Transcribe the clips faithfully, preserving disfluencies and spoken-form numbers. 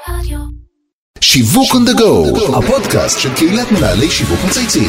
שיווק on the go, הפודקאסט של קהילת מנהלי שיווק מצייצים.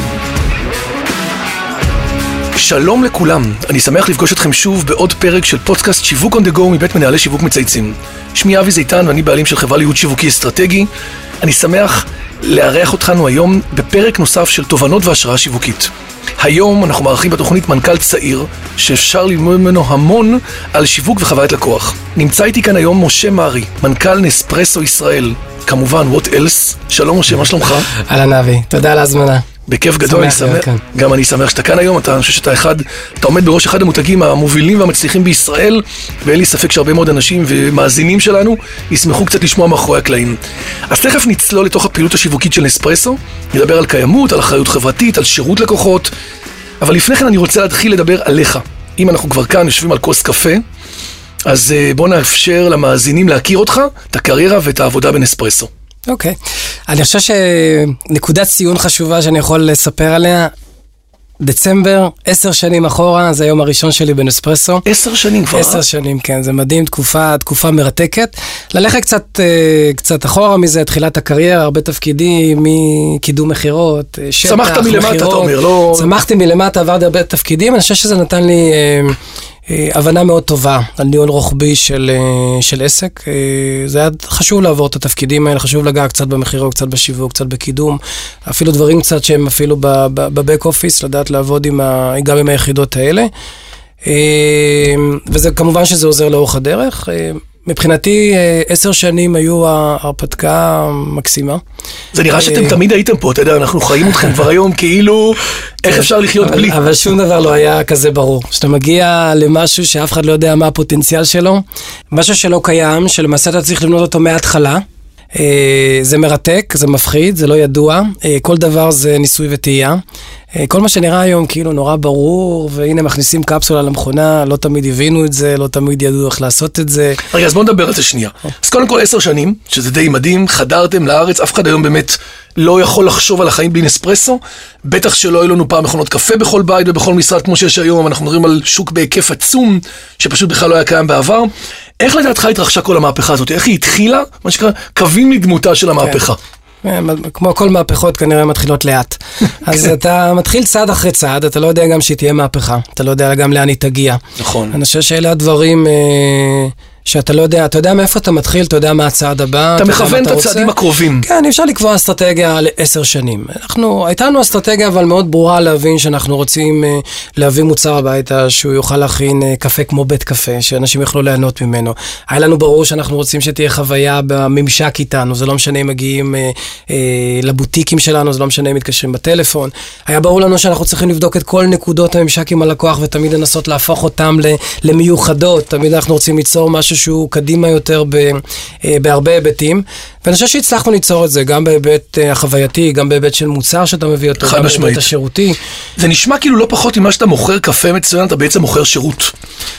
שלום לכולם, אני שמח לפגוש אתכם שוב בעוד פרק של פודקאסט שיווק on the go מבית מנהלי שיווק מצייצים. שמי אבי זיתן ואני בעלים של חברה לייעוץ שיווקי אסטרטגי. אני שמח לארח אותנו היום בפרק נוסף של תובנות והשראה שיווקית. היום אנחנו מארחים בתוכנית מנכ"ל צעיר שאפשר ללמוד ממנו המון על שיווק וחוויית לקוח. נמצא איתי כאן היום משה מרי, מנכ"ל נספרסו ישראל. כמובן, what else? שלום משה, מה שלומך? אהלן אבי, תודה על ההזמנה. בכיף גדול, אני שמח, גם אני שמח שאתה כאן היום, אתה, אני חושב שאתה אחד, אתה עומד בראש אחד המותגים המובילים והמצליחים בישראל, ואין לי ספק שהרבה מאוד אנשים ומאזינים שלנו ישמחו קצת לשמוע מאחורי הקלעים. אז תכף נצלול לתוך הפעילות השיווקית של נספרסו, נדבר על קיימות, על אחריות חברתית, על שירות לקוחות, אבל לפני כן אני רוצה להתחיל לדבר עליך. אם אנחנו כבר כאן יושבים על כוס קפה, אז בוא נאפשר למאזינים להכיר אותך, את הקריירה ואת העבודה בנספרסו. אוקיי. אני חושב שנקודת ציון חשובה שאני יכול לספר עליה, דצמבר, עשר שנים אחורה, זה היום הראשון שלי בנספרסו. עשר שנים כבר? עשר שנים, כן, זה מדהים, תקופה, תקופה מרתקת. ללכת קצת, קצת אחורה מזה, תחילת הקריירה, הרבה תפקידים, מקידום מחירות, שטח, מחירות. צמחת מלמטה, אתה אומר, לא... צמחתי מלמטה, עברתי הרבה תפקידים, אני חושב שזה נתן לי... הבנה מאוד טובה על ניהול רוחבי של, של עסק. זה היה חשוב לעבור את התפקידים האלה, חשוב לגע קצת במחירות, קצת בשיווק, קצת בקידום, אפילו דברים קצת שהם אפילו בבק אופיס, לדעת לעבוד עם ה, גם עם היחידות האלה. וזה כמובן שזה עוזר לאורך הדרך. מבחינתי, עשר שנים היו ההרפתקה מקסימה. זה נראה שאתם תמיד הייתם פה, אתה יודע, אנחנו חיים אתכם כבר היום, כאילו, איך אפשר לחיות בלי? אבל שום דבר לא היה כזה ברור. כשאתה מגיע למשהו שאף אחד לא יודע מה הפוטנציאל שלו, משהו שלא קיים, שלמעשה אתה צריך לבנות אותו מההתחלה, זה מרתק, זה מפחיד, זה לא ידוע, כל דבר זה ניסוי וטעייה. כל מה שנראה היום כאילו נורא ברור, והנה מכניסים קפסולה למכונה, לא תמיד הבינו את זה, לא תמיד ידעו איך לעשות את זה. רגע, אז בוא נדבר על זה שנייה. אז קודם כל עשר שנים, שזה די מדהים, חדרתם לארץ, אף אחד היום באמת לא יכול לחשוב על החיים בלי נספרסו, בטח שלא היו לנו פעם מכונות קפה בכל בית ובכל משרד כמו שיש היום, אנחנו מדברים על שוק בהיקף עצום, שפשוט בכלל לא היה קיים בעבר. איך לדעתך התרחשה כל המהפכה הזאת? איך היא התחילה? מה שקרה, קווים לדמותה של המהפכה. כמו כל מהפכות כנראה מתחילות לאט. אז אתה מתחיל צעד אחרי צעד, אתה לא יודע גם שהיא תהיה מהפכה, אתה לא יודע גם לאן היא תגיע. נכון. אני חושב שאלה הדברים שאתה לא יודע, אתה יודע מאיפה אתה מתחיל, אתה יודע מה הצעד הבא. אתה מכוון את הצעדים הקרובים. כן, אפשר לקבוע אסטרטגיה לעשר שנים. אנחנו, הייתה לנו אסטרטגיה אבל מאוד ברורה להבין שאנחנו רוצים להביא מוצר הביתה, שהוא יוכל להכין קפה כמו בית קפה, שאנשים יוכלו ליהנות ממנו. היה לנו ברור שאנחנו רוצים שתהיה חוויה בממשק איתנו, זה לא משנה אם מגיעים לבוטיקים שלנו, זה לא משנה אם מתקשרים בטלפון. היה ברור לנו שאנחנו צריכים לבדוק את כל נקודות הממשק עם הלקוח, ותמיד לנסות להפוך אותם למיוחדות. תמיד אנחנו רוצים ליצור משהו שהוא קדימה יותר בהרבה היבטים, ואני חושב שהצלחנו ליצור את זה, גם בהיבט החווייתי, גם בהיבט של מוצר שאתה מביא אותו, גם בהיבט השירותי. זה נשמע כאילו לא פחות ממה שאתה מוכר קפה מצוין, אתה בעצם מוכר שירות.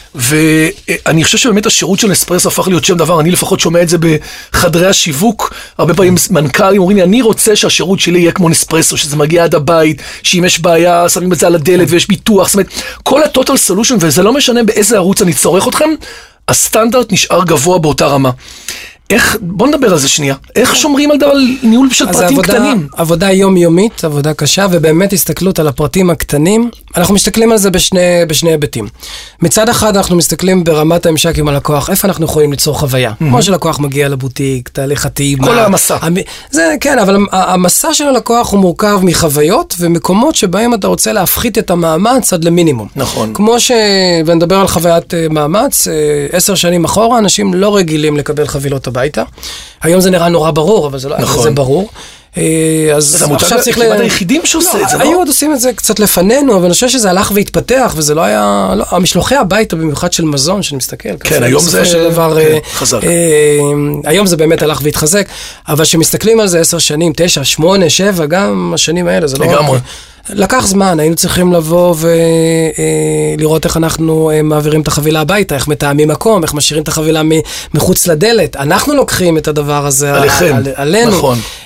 ואני חושב שבאמת השירות של נספרסו הפך להיות שם דבר, אני לפחות שומע את זה בחדרי השיווק, הרבה פעמים מנכ"לים אומרים לי, אני רוצה שהשירות שלי יהיה כמו נספרסו, שזה מגיע עד הבית, שאם יש בעיה, שמים את זה על הדלת ויש ביטוח, זאת אומרת, כל הטוטל סולושן, וזה לא משנה באיזה ערוץ אני צורך אתכם, הסטנדרט נשאר גבוה באותה רמה. איך, בוא נדבר על זה שנייה, איך שומרים על דבר, על ניהול של פרטים עבודה, קטנים? עבודה יומיומית, עבודה קשה, ובאמת הסתכלות על הפרטים הקטנים, אנחנו מסתכלים על זה בשני, בשני היבטים. מצד אחד אנחנו מסתכלים ברמת הממשק עם הלקוח, איפה אנחנו יכולים ליצור חוויה. Mm-hmm. כמו שלקוח מגיע לבוטיק, תהליך הטעימה. כל המסע. המ... זה, כן, אבל המסע של הלקוח הוא מורכב מחוויות, ומקומות שבהם אתה רוצה להפחית את המאמץ עד למינימום. נכון. כמו ש... ונדבר על חוויית מאמץ, עשר שנים אחורה, אנשים לא רגילים לקבל חבילות הביתה. היום זה נראה נורא ברור, אבל זה לא נכון. זה ברור. אז עכשיו צריך כמעט היחידים שעושה את זה, לא? היו עוד עושים את זה קצת לפנינו, אבל אני חושב שזה הלך והתפתח, וזה לא היה, המשלוחי הביתה במיוחד של מזון, שאני מסתכל. כן, היום זה חזק. היום זה באמת הלך והתחזק, אבל שמסתכלים על זה עשר שנים, תשע, שמונה, שבע, גם השנים האלה, זה לא... לגמרי. לקח זמן, היינו צריכים לבוא ולראות איך אנחנו מעבירים את החבילה הביתה, איך מתאמים מקום, איך משאירים את החבילה מחוץ לדלת. אנחנו לוקחים את הדבר הזה עליכם, עלינו. נכון.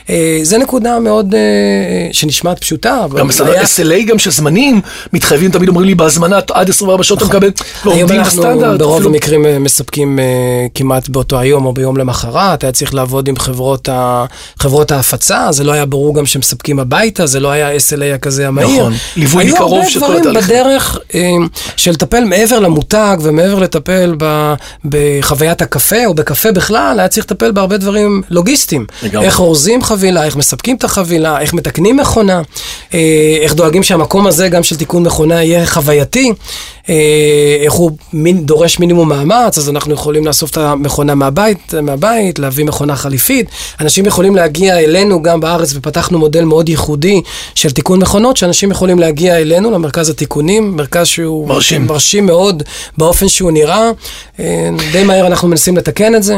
זה נקודה מאוד שנשמעת פשוטה. גם בסדר, אס אל איי גם שזמנים, מתחייבים, תמיד אומרים לי, בהזמנה עד עשרים וארבע שעות אתה מקבל, ועומדים בסטנדרט. ברוב המקרים מספקים כמעט באותו היום או ביום למחרת, היה צריך לעבוד עם חברות ההפצה, זה לא היה ברור גם שמספקים הביתה, זה לא היה אס אל איי כזה המהיר. נכון, ליווי מקרוב של כל התהליך. בדרך של לטפל מעבר למותג ומעבר לטפל בחוויית הקפה או בקפה בכלל, היה צריך לטפל בהרבה דברים לוגיסטיים. איך אורזים חבילה, איך מספקים את החבילה, איך מתקנים מכונה, איך דואגים שהמקום הזה גם של תיקון מכונה יהיה חווייתי, איך הוא דורש מינימום מאמץ, אז אנחנו יכולים לאסוף את המכונה מהבית, מהבית, להביא מכונה חליפית. אנשים יכולים להגיע אלינו גם בארץ, ופתחנו מודל מאוד ייחודי של תיקון מכונות, שאנשים יכולים להגיע אלינו למרכז התיקונים, מרכז שהוא מרשים, מרשים מאוד באופן שהוא נראה. די מהר אנחנו מנסים לתקן את זה.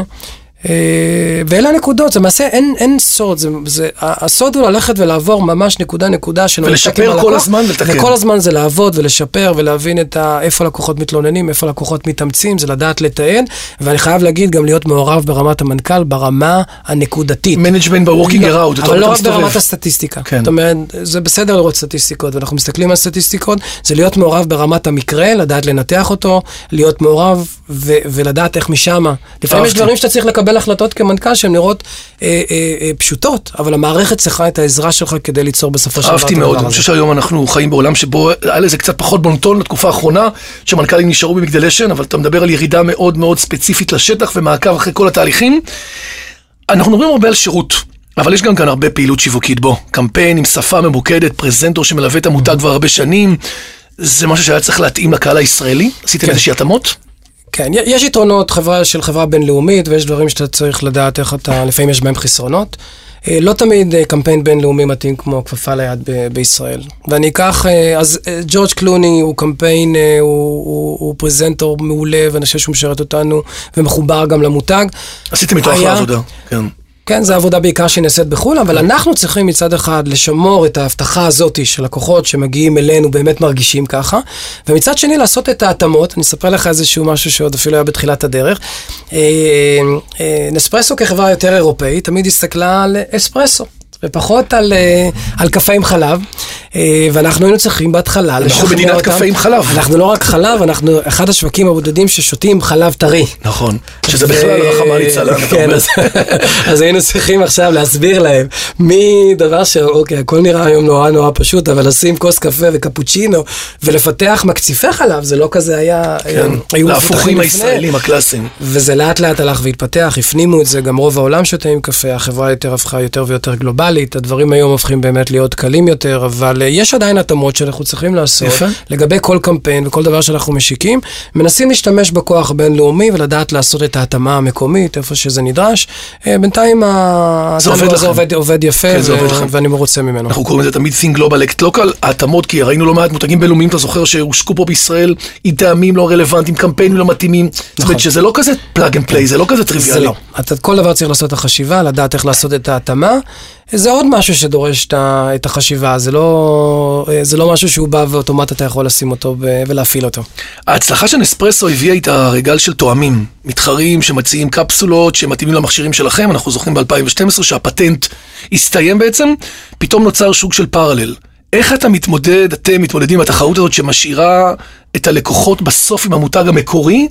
ואלה הנקודות, זה מעשה, אין, אין סוד, זה, זה, הסוד הוא ללכת ולעבור ממש נקודה נקודה, ולשפר כל הזמן ולתקן. וכל הזמן זה לעבוד ולשפר ולהבין את ה, איפה לקוחות מתלוננים, איפה לקוחות מתאמצים, זה לדעת לתעד, ואני חייב להגיד גם להיות מעורב ברמת המנכ"ל, ברמה הנקודתית. מנג'מנט בוורקינג אראוד, אבל לא רק ברמת הסטטיסטיקה. כן. זאת אומרת, זה בסדר לראות סטטיסטיקות, ואנחנו מסתכלים על סטטיסטיקות, זה להיות מעורב ברמת המקרה, לדעת לנתח אותו, להיות מעורב ו- ולדעת איך משם. לפעמים יש דברים שאתה צריך לקבל החלטות כמנכ"ל שהן נראות אה, אה, אה, פשוטות, אבל המערכת צריכה את העזרה שלך כדי ליצור בסופו של דבר. אהבתי מאוד, אני חושב שהיום אנחנו חיים בעולם שבו היה לזה קצת פחות בונטון לתקופה האחרונה, שמנכ"לים נשארו במגדל אשן, אבל אתה מדבר על ירידה מאוד מאוד ספציפית לשטח ומעקב אחרי כל התהליכים. אנחנו מדברים הרבה על שירות, אבל יש גם כאן הרבה פעילות שיווקית בו. קמפיין עם שפה ממוקדת, פרזנטור שמלווה את המותג כבר הרבה שנים, זה משהו שהיה צריך להתאים לקהל הישראלי. עשיתם איזושהי התאמות? כן, יש יתרונות חברה של חברה בינלאומית, ויש דברים שאתה צריך לדעת איך אתה, לפעמים יש בהם חסרונות. לא תמיד קמפיין בינלאומי מתאים כמו כפפה ליד ב- בישראל. ואני אקח, אז ג'ורג' קלוני הוא קמפיין, הוא, הוא, הוא פרזנטור מעולה, ואני חושב שהוא משרת אותנו, ומחובר גם למותג. עשיתם איתו אחלה עבודה, כן. כן, זו עבודה בעיקר שהיא נעשית בחו"ל, אבל אנחנו צריכים מצד אחד לשמור את ההבטחה הזאת של לקוחות שמגיעים אלינו, באמת מרגישים ככה, ומצד שני לעשות את ההתאמות. אני אספר לך איזשהו משהו שעוד אפילו היה בתחילת הדרך. נספרסו כחברה יותר אירופאית, תמיד הסתכלה על אספרסו. ופחות על, על קפה עם חלב, ואנחנו היינו צריכים בהתחלה לשכנע אותם. אנחנו מדינת קפה עם חלב. אנחנו לא רק חלב, אנחנו אחד השווקים הבודדים ששותים חלב טרי. נכון, שזה בכלל רחמה ליצלן. כן, אז היינו צריכים עכשיו להסביר להם, מדבר שאוקיי, הכל נראה היום נורא נורא פשוט, אבל לשים כוס קפה וקפוצ'ינו, ולפתח מקציפי חלב, זה לא כזה היה... להפוכים הישראלים הקלאסיים. וזה לאט לאט הלך והתפתח, הפנימו את זה, גם רוב העולם שותה עם קפה, החברה יותר הפכה יותר ויותר גלובלית, הדברים היום הופכים באמת להיות קלים יותר, אבל יש עדיין התאמות שאנחנו צריכים לעשות, יפה. לגבי כל קמפיין וכל דבר שאנחנו משיקים, מנסים להשתמש בכוח הבינלאומי ולדעת לעשות את ההתאמה המקומית, איפה שזה נדרש. בינתיים זה עובד, זה עובד, עובד יפה, כן, ו- עובד ואני מרוצה ממנו. אנחנו קוראים לזה תמיד think global act local, ההתאמות, כי ראינו לא מעט מותגים בינלאומיים, אתה זוכר שהושקו פה בישראל, עם טעמים לא רלוונטיים, קמפיינים לא מתאימים, נכון. זאת אומרת שזה לא כזה plug and play, זה לא כזה טריוויאלי. זה לא. אתה, כל דבר צריך לעשות את החשיבה, לדעת איך לעשות את ההתאמה. זה עוד משהו שדורש את החשיבה, זה לא, זה לא משהו שהוא בא ואוטומט אתה יכול לשים אותו ולהפעיל אותו. ההצלחה של נספרסו הביאה איתה רגל של תואמים, מתחרים שמציעים קפסולות שמתאימים למכשירים שלכם, אנחנו זוכרים ב-אלפיים ושתים עשרה שהפטנט הסתיים בעצם, פתאום נוצר שוק של פרלל. איך אתה מתמודד, אתם מתמודדים בתחרות הזאת שמשאירה את הלקוחות בסוף עם המותג המקורי?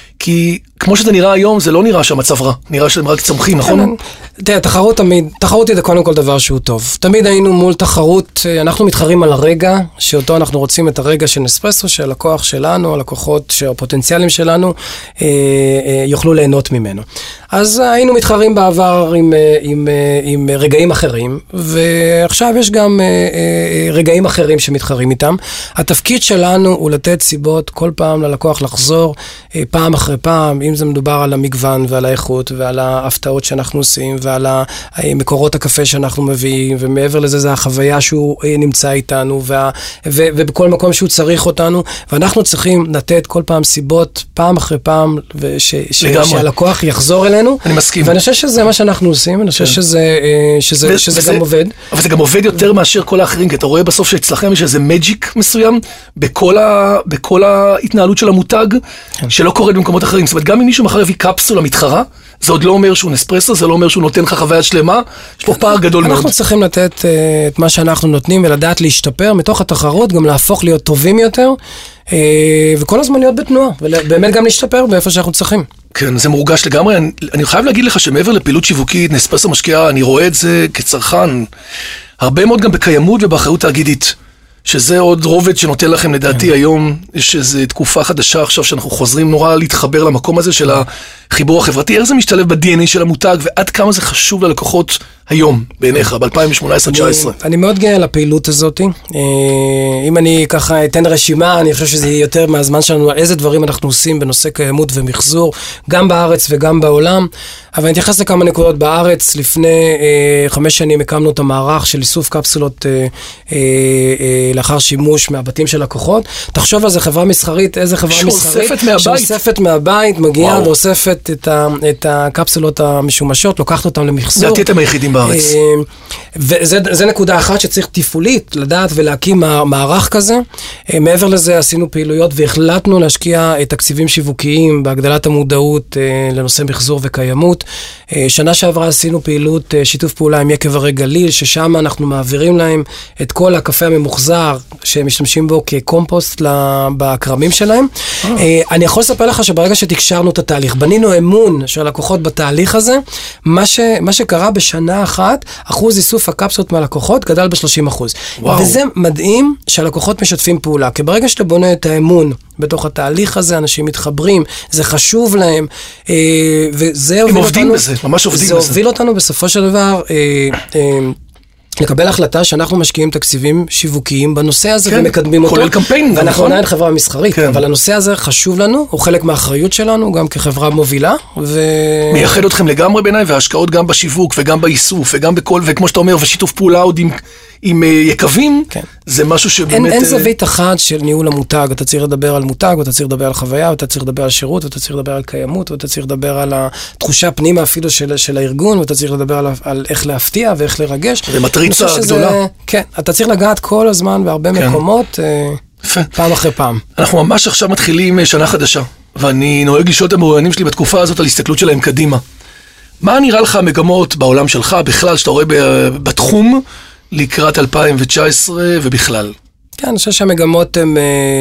כי כמו שזה נראה היום, זה לא נראה שהמצב רע, נראה שאתם רק צומחים, נכון? תראה, תחרות תמיד, תחרות היא קודם כל דבר שהוא טוב. תמיד היינו מול תחרות, אנחנו מתחרים על הרגע, שאותו אנחנו רוצים את הרגע של נספרסו, שהלקוח שלנו, הלקוחות שהפוטנציאלים שלנו, אה, אה, יוכלו ליהנות ממנו. אז היינו מתחרים בעבר עם, עם, עם רגעים אחרים, ועכשיו יש גם אה, אה, רגעים אחרים שמתחרים איתם. התפקיד שלנו הוא לתת סיבות כל פעם ללקוח לחזור, אה, פעם אחרי פעם, אם זה מדובר על המגוון ועל האיכות ועל ההפתעות שאנחנו עושים ועל מקורות הקפה שאנחנו מביאים, ומעבר לזה זה החוויה שהוא נמצא איתנו וה, ו, ובכל מקום שהוא צריך אותנו, ואנחנו צריכים לתת כל פעם סיבות פעם אחרי פעם וש, ש, שהלקוח יחזור אלינו. אני מסכים. ואני חושב שזה מה שאנחנו עושים, אני חושב שזה, שזה, שזה וזה, גם עובד. אבל זה גם עובד יותר מאשר כל האחרים, כי אתה רואה בסוף שאצלכם יש איזה מג'יק מסוים בכל, ה, בכל ההתנהלות של המותג, כן. שלא קורה במקומות אחרים. זאת אומרת, גם אם מישהו מחר יביא קפסולה מתחרה, זה עוד לא אומר שהוא נספרסו, זה לא אומר שהוא נותן לך חוויה שלמה, יש פה פער גדול מאוד. אנחנו צריכים לתת uh, את מה שאנחנו נותנים ולדעת להשתפר מתוך התחרות, גם להפוך להיות טובים יותר, uh, וכל הזמן להיות בתנועה, ובאמת גם להשתפר באיפה שאנחנו צריכים. כן, זה מורגש לגמרי. אני, אני חייב להגיד לך שמעבר לפעילות שיווקית, נספרסו משקיעה, אני רואה את זה כצרכן, הרבה מאוד גם בקיימות ובאחריות תאגידית. שזה עוד רובד שנותן לכם לדעתי היום, יש איזו תקופה חדשה עכשיו שאנחנו חוזרים נורא להתחבר למקום הזה של החיבור החברתי, איך זה משתלב ב-די אן איי של המותג, ועד כמה זה חשוב ללקוחות היום, בעיניך, ב-אלפיים שמונה עשרה תשע עשרה. אני מאוד גאה על הפעילות הזאת. אם אני ככה אתן רשימה, אני חושב שזה יותר מהזמן שלנו, איזה דברים אנחנו עושים בנושא קיימות ומחזור, גם בארץ וגם בעולם. אבל אני אתייחס לכמה נקודות בארץ. לפני אה, חמש שנים הקמנו את המערך של איסוף קפסולות אה, אה, אה, לאחר שימוש מהבתים של לקוחות. תחשוב על זה, חברה מסחרית, איזה חברה מסחרית? שאוספת מהבית. שאוספת מהבית, מגיעה ואוספת את, ה, את הקפסולות המשומשות, לוקחת אותם למחזור. לדעתי אתם היחידים בארץ. אה, וזה נקודה אחת שצריך טיפולית, לדעת ולהקים מערך כזה. אה, מעבר לזה עשינו פעילויות והחלטנו להשקיע תקציבים שיווקיים בהגדלת המודעות אה, לנושא מחזור וקיימות. שנה שעברה עשינו פעילות שיתוף פעולה עם יקב הרי גליל, ששם אנחנו מעבירים להם את כל הקפה הממוחזר שהם משתמשים בו כקומפוסט בקרמים שלהם. אני יכול לספר לך שברגע שתקשרנו את התהליך, בנינו אמון של לקוחות בתהליך הזה, מה, ש, מה שקרה בשנה אחת, אחוז איסוף הקפסולות מהלקוחות גדל ב-שלושים אחוז. וזה מדהים שהלקוחות משתפים פעולה, כי ברגע שאתה בונה את האמון בתוך התהליך הזה, אנשים מתחברים, זה חשוב להם, וזה הם עובדים אותנו, בזה, ממש עובדים זה בזה. זה הוביל אותנו בסופו של דבר, אה, אה, לקבל החלטה שאנחנו משקיעים תקציבים שיווקיים בנושא הזה, כן, ומקדמים אותו. כולל קמפיין. ואנחנו עדיין חברה מסחרית, כן. אבל הנושא הזה חשוב לנו, הוא חלק מהאחריות שלנו, גם כחברה מובילה. ו... מייחד אתכם לגמרי בעיניי, וההשקעות גם בשיווק, וגם באיסוף, וגם בכל, וכמו שאתה אומר, ושיתוף פעולה עוד עם, עם יקבים, כן. זה משהו שבאמת... אין, אין זווית אחת של ניהול המותג, אתה צריך לדבר על מותג, ואתה צריך לדבר על חוויה, ואתה צריך לדבר על שירות, ואתה צריך לדבר על קיימות, ואתה צריך לדבר על התחושה הפנימה אפילו של, של הארגון, ואתה צריך לדבר על, על איך להפתיע ואיך לרגש. זה מטריצה גדולה. כן, אתה צריך לגעת כל הזמן בהרבה כן. מקומות, יפה. פעם אחרי פעם. אנחנו ממש עכשיו מתחילים שנה חדשה, ואני נוהג לשאול את המרואיינים שלי בתקופה הזאת על הסתכלות שלהם קדימה. מה נראה לך המגמות בעולם שלך, בכלל, שאתה רואה בתחום, לקראת אלפיים תשע עשרה ובכלל? כן, אני חושב שהמגמות הן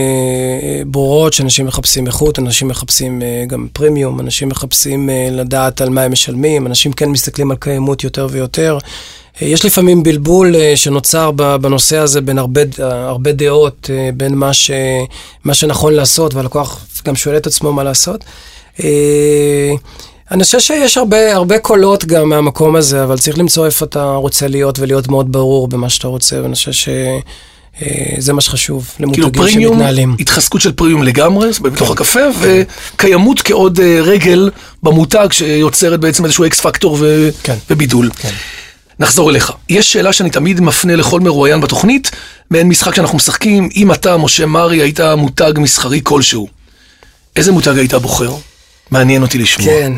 אה, ברורות, שאנשים מחפשים איכות, אנשים מחפשים אה, גם פרימיום, אנשים מחפשים אה, לדעת על מה הם משלמים, אנשים כן מסתכלים על קיימות יותר ויותר. אה, יש לפעמים בלבול אה, שנוצר בנושא הזה בין הרבה, הרבה דעות, אה, בין מה, ש, מה שנכון לעשות, והלקוח גם שואל את עצמו מה לעשות. אה, אני חושב שיש הרבה, הרבה קולות גם מהמקום הזה, אבל צריך למצוא איפה אתה רוצה להיות ולהיות מאוד ברור במה שאתה רוצה, ואני חושב שזה מה שחשוב למותגים כאילו פרימיום, שמתנהלים. התחזקות של פרימיום לגמרי, בתוך כן. הקפה, וקיימות כעוד רגל במותג שיוצרת בעצם איזשהו אקס פקטור ו... כן. ובידול. כן. נחזור אליך. יש שאלה שאני תמיד מפנה לכל מרואיין בתוכנית, מעין משחק שאנחנו משחקים, אם אתה, משה מרי, היית מותג מסחרי כלשהו, איזה מותג היית בוחר? מעניין אותי לשמוע. כן,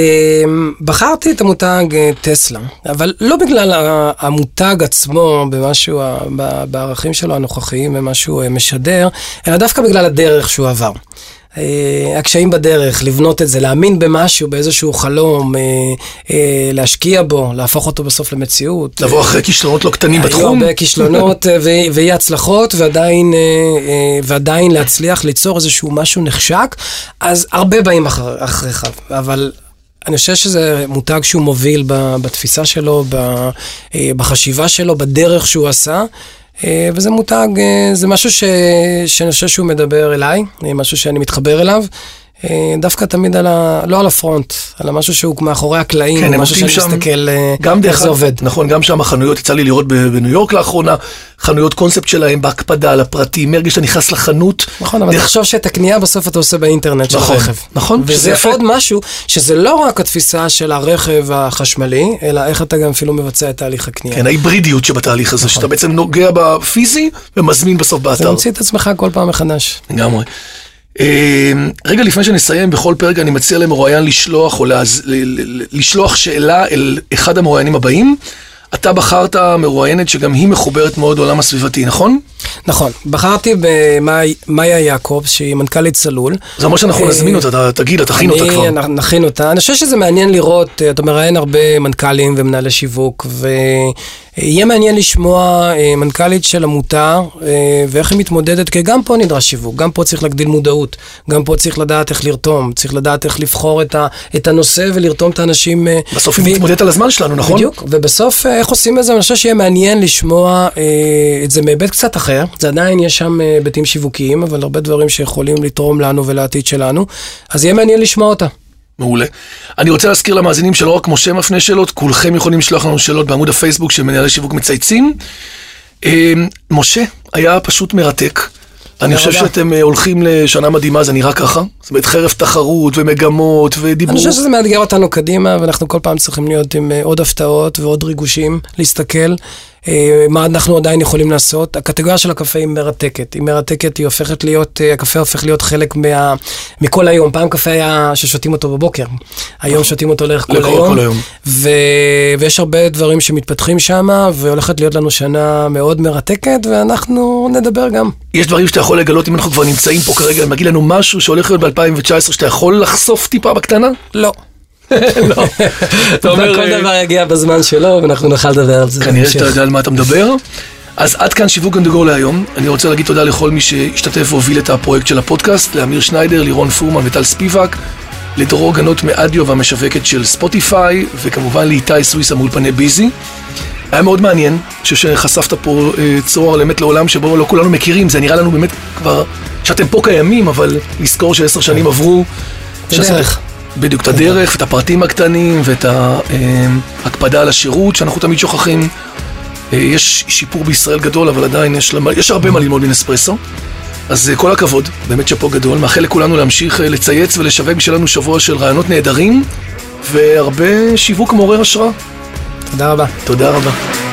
בחרתי את המותג טסלה, אבל לא בגלל המותג עצמו, במשהו, בערכים שלו הנוכחיים, במשהו משדר, אלא דווקא בגלל הדרך שהוא עבר. הקשיים בדרך, לבנות את זה, להאמין במשהו, באיזשהו חלום, להשקיע בו, להפוך אותו בסוף למציאות. לבוא אחרי כישלונות לא קטנים בתחום. היו הרבה כישלונות ואי הצלחות, ועדיין, ועדיין להצליח ליצור איזשהו משהו נחשק, אז הרבה באים אחריך, אבל אני חושב שזה מותג שהוא מוביל בתפיסה שלו, בחשיבה שלו, בדרך שהוא עשה, וזה מותג, זה משהו ש... שאני חושב שהוא מדבר אליי, משהו שאני מתחבר אליו, דווקא תמיד על ה... לא על הפרונט, על משהו שהוא מאחורי הקלעים, כן, משהו שאני שם... מסתכל איך זה עובד. נכון, גם שם החנויות, יצא לי לראות בניו יורק לאחרונה, חנויות קונספט שלהם בהקפדה על הפרטים, מרגע שאתה נכנס לחנות. נכון, אבל דרך... תחשוב שאת הקנייה בסוף אתה עושה באינטרנט של נכון, הרכב. נכון. וזה עוד משהו, שזה לא רק התפיסה של הרכב החשמלי, אלא איך אתה גם אפילו מבצע את תהליך הקנייה. כן, ההיברידיות שבתהליך הזה, נכון. שאתה בעצם נוגע בפיזי ומזמין בסוף באתר. זה ממציא את עצמך כל פעם מחדש. לגמרי. רגע לפני שנסיים, בכל פרק אני מציע למרואיין לשלוח או להז... לשלוח שאלה אל אחד המרואיינים הבאים. אתה בחרת מרואיינת שגם היא מחוברת מאוד לעולם הסביבתי, נכון? נכון, בחרתי במאיה יעקובס, שהיא מנכ"לית צלול. זה אומר שאנחנו נזמין אותה, תגיד, תכין אותה כבר. נכין אותה. אני חושב שזה מעניין לראות, אתה מראיין הרבה מנכ"לים ומנהלי שיווק, ויהיה מעניין לשמוע מנכ"לית של עמותה, ואיך היא מתמודדת, כי גם פה נדרש שיווק, גם פה צריך להגדיל מודעות, גם פה צריך לדעת איך לרתום, צריך לדעת איך לבחור את הנושא ולרתום את האנשים. בסוף היא מתמודדת על הזמן שלנו, נכון? בדיוק, ובסוף איך עושים את זה? אני חושב שיהיה מעניין לשמוע את זה מהיבט קצת אחר. זה עדיין יש שם היבטים שיווקיים, אבל הרבה דברים שיכולים לתרום לנו ולעתיד שלנו. אז יהיה מעניין לשמוע אותה. מעולה. אני רוצה להזכיר למאזינים שלא רק משה מפנה שאלות, כולכם יכולים לשלוח לנו שאלות בעמוד הפייסבוק של מנהלי שיווק מצייצים. משה, היה פשוט מרתק. אני חושב שאתם הולכים לשנה מדהימה, זה נראה ככה. זאת אומרת, חרף תחרות ומגמות ודיבור. אני חושב שזה מאתגר אותנו קדימה, ואנחנו כל פעם צריכים להיות עם עוד הפתעות ועוד ריגושים, להסתכל מה אנחנו עדיין יכולים לעשות. הקטגוריה של הקפה היא מרתקת. היא מרתקת, היא הופכת להיות, הקפה הופך להיות חלק מה, מכל היום. פעם קפה היה ששותים אותו בבוקר. היום שותים אותו לאורך כל היום. היום. ו, ויש הרבה דברים שמתפתחים שם, והולכת להיות לנו שנה מאוד מרתקת, ואנחנו נדבר גם. יש דברים שאתה יכול לגלות אם אנחנו כבר נמצאים פה כרגע, מגיע לנו משהו שהולך להיות ב-אלפיים תשע עשרה, שאתה יכול לחשוף טיפה בקטנה? לא. לא. כל דבר יגיע בזמן שלו, ואנחנו נוכל לדבר על זה. כנראה שאתה יודע על מה אתה מדבר. אז עד כאן שיווק אנדגור להיום. אני רוצה להגיד תודה לכל מי שהשתתף והוביל את הפרויקט של הפודקאסט, לאמיר שניידר, לירון פורמן וטל ספיבק, לדרור גנות מאדיו והמשווקת של ספוטיפיי, וכמובן לאיתי סוויסה מאולפני ביזי. היה מאוד מעניין, שחשפת פה צרור על אמת לעולם שבו לא כולנו מכירים, זה נראה לנו באמת כבר שאתם פה קיימים, אבל לזכור שעשר שנים עברו. בדרך. בדיוק, את הדרך ואת הפרטים הקטנים ואת ההקפדה על השירות שאנחנו תמיד שוכחים. יש שיפור בישראל גדול, אבל עדיין יש, יש הרבה מה ללמוד מנספרסו. אז כל הכבוד, באמת שפה גדול. מאחל לכולנו להמשיך לצייץ ולשווק בשבילנו שבוע של רעיונות נהדרים, והרבה שיווק מעורר השראה. תודה רבה. תודה רבה.